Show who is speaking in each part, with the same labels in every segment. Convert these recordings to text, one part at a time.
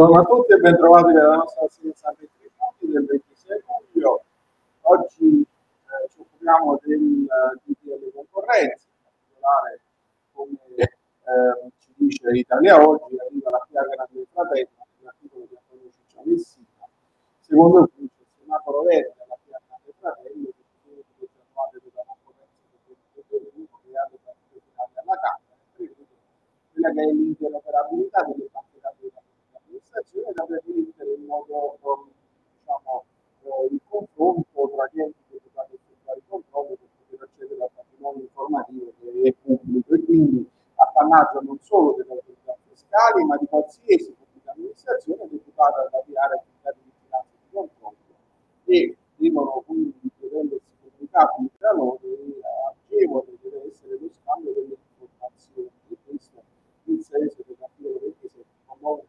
Speaker 1: Buongiorno a tutti e bentrovati nella nostra sequenza del 26 luglio. Oggi ci occupiamo del DPL concorrenza, in particolare come ci dice Italia Oggi, arriva la piaga del fratello, nell'articolo di Antonio Ciccio Messina, secondo cui il Senato verde la piaga del fratello, che si trovate della concorrenza del gruppo che ha le partite finali alla Camera, e prevede quella che è l'interoperabilità delle banche dati dell'amministrazione da permettere in modo, diciamo, il confronto tra gli enti che dovranno effettuare il controllo per poter accedere al patrimonio informativo che è pubblico e quindi appannaggio non solo delle autorità fiscali ma di qualsiasi pubblica amministrazione deputata ad avviare attività di vigilanza e di controllo e devono quindi rendersi comunicabili tra loro e agevole deve essere lo scambio delle informazioni e questo il senso dell'articolo 27 promuove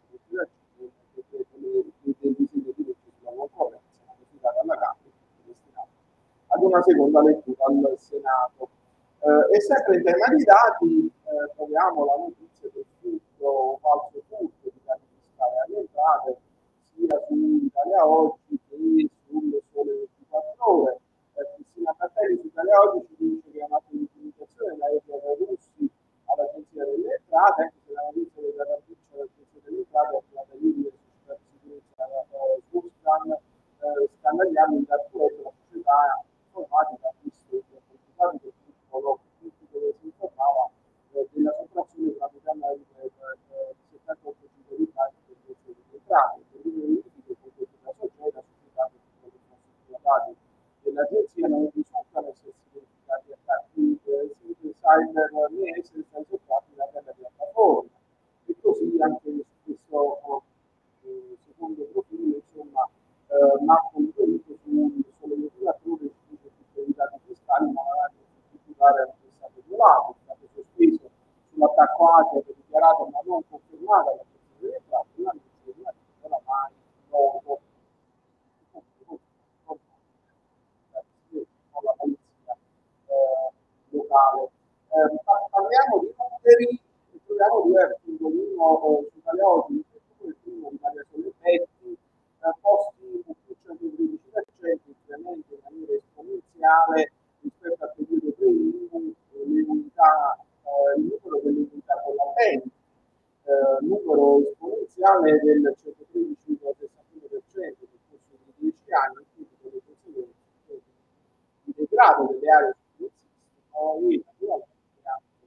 Speaker 1: del disegno di legge sulla concorrenza modificata alla Camera e destinato ad una seconda lettura al Senato. E sempre in tema di dati troviamo la notizia del furto o falso furto di dati fiscali alle entrate sia su Italia Oggi che sulle Sole 24 Ore. Cristina Fratelli su Italia Oggi ci dice che è una comunicazione da EPR russi all'Agenzia delle Entrate, anche se la notizia della traduzione dell'Agenzia delle Entrate è arrivata ieri alla società di sicurezza Swisscan, scandagliando in dark web la società informatica ha visto il risultato del piccolo dove si informava della sottrazione della programma di 78 cittadini del prezzo delle entrate, per le verifiche con questa società che dati dell'agenzia non risultano essersi verificati attacchi cyber né essere stati sottratti dalla piattaforma e così anche su questo secondo profilo insomma nascono riferito sulle legislature su tutti i dati fiscali ma non hanno certificare hanno stato violato, è stato sospeso sull'attacco ACE che è dichiarato ma non confermata la gestione delle entrate, una legge di una piccola mai noto con la polizia locale. Parliamo di numeri, troviamo due articoli, uno su Italia Oggi, il primo di Maria Soletti, posti su 113%, incremento in maniera esponenziale rispetto al periodo pre-IMU, le unità, il numero delle unità collaboranti, numero esponenziale del 113,61% nel corso di 10 anni, quindi con le conseguenze di degrado delle aree successive e naturalmente anche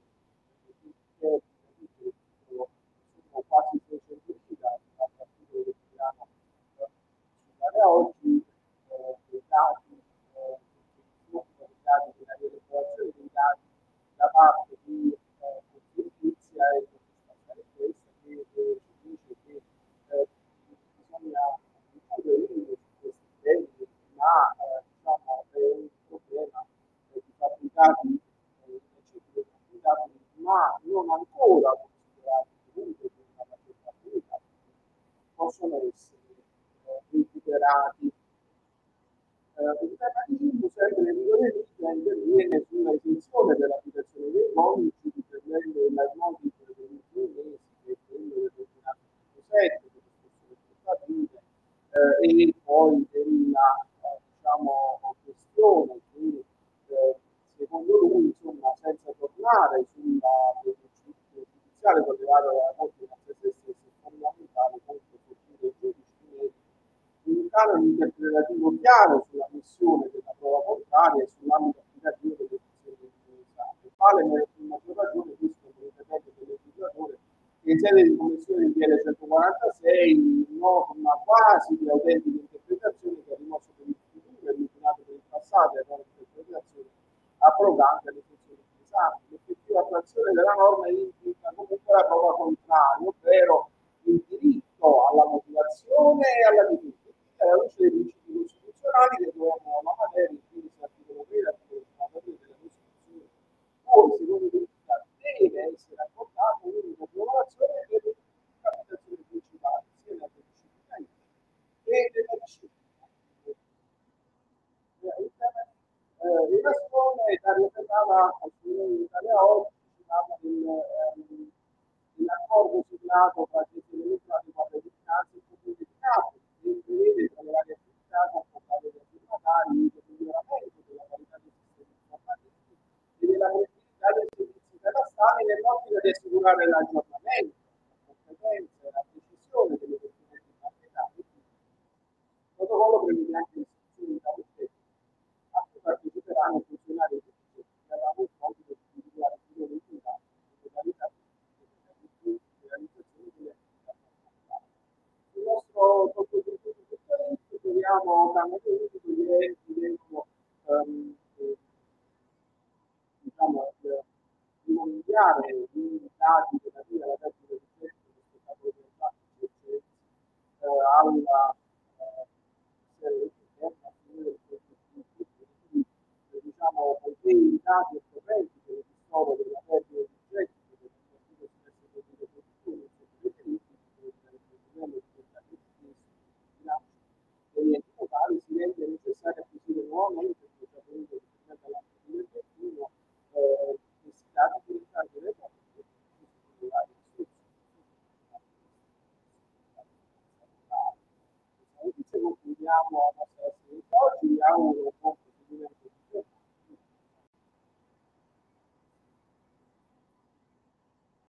Speaker 1: sono quasi 600 unità, l'articolo che tiriamo sull'area oggi, dei dati, dei dati della rielaborazione dei dati da parte di giustizia e sostanziale questo che ci dice che bisogna includere su questi temi, ma diciamo è un problema di fabbricati inaccettabili, ma non ancora considerati comunque di una maggior fattibilità, possono essere recuperati. Il tema di IMU sempre nel migliore vita interviene sulla esenzione dell'applicazione dei codici dipendendo dai modi per le ultime mesi, che è quello dell'ordinanza 107, delle aspettative e poi della diciamo, questione che secondo lui insomma senza tornare sulla giudiziale sollevata dalla Corte di Cassazione è fondamentale contro fortire i giudici un canone interpretativo chiaro sulla missione della prova contraria e sull'ambito applicativo delle decisioni utilizzate. Vale in maggior ragione questo per intervento del legislatore che in sede di commissione di PL 146 norma quasi di autentica interpretazione che ha rimosso per il futuro e eliminato per il passato e non interpretazione abrogante alle funzioni utilizzate. L'effettiva attuazione della norma implica comunque la prova contraria, ovvero il diritto alla motivazione e alla difesa alla luce dei principi costituzionali che governano la materia, quindi l'articolo 3 e l'articolo 53 della Costituzione. Poi, secondo il Ministero, deve essere accordato un'unica agevolazione per le capitazioni principali, sia nella disciplina che nella disciplina. Il tema di evasione Dario Ferrara su Italia Oggi si parla dell'accordo siglato tra Agenzia delle Entrate, Guardia di Finanza e nell'ottica di assicurare l'aggiornamento, la competenza e la precisione delle documenti marketali. Il protocollo prevede anche l'istituzione di tavoli tecnici a cui parteciperanno i funzionari che avranno il compito di individuare l'identità e le modalità di realizzazione delle attività contrattuali. Il nostro sottogruppo di specialisti troviamo tramite unico gli enti vengono diciamo, di inviare i dati relativi alla tecnica di gestione dello spettacolo del alla serie interna diciamo poiché i dati occorrenti per il ristoro della perdita di gettito del partito stesso di produzione livello di bilancio degli enti locali si rende necessario acquisire nuovamente il già venuto rispetto all'anno 2021 questi dati per il taglio delle cose concludiamo la nostra sessione oggi, vi auguro buon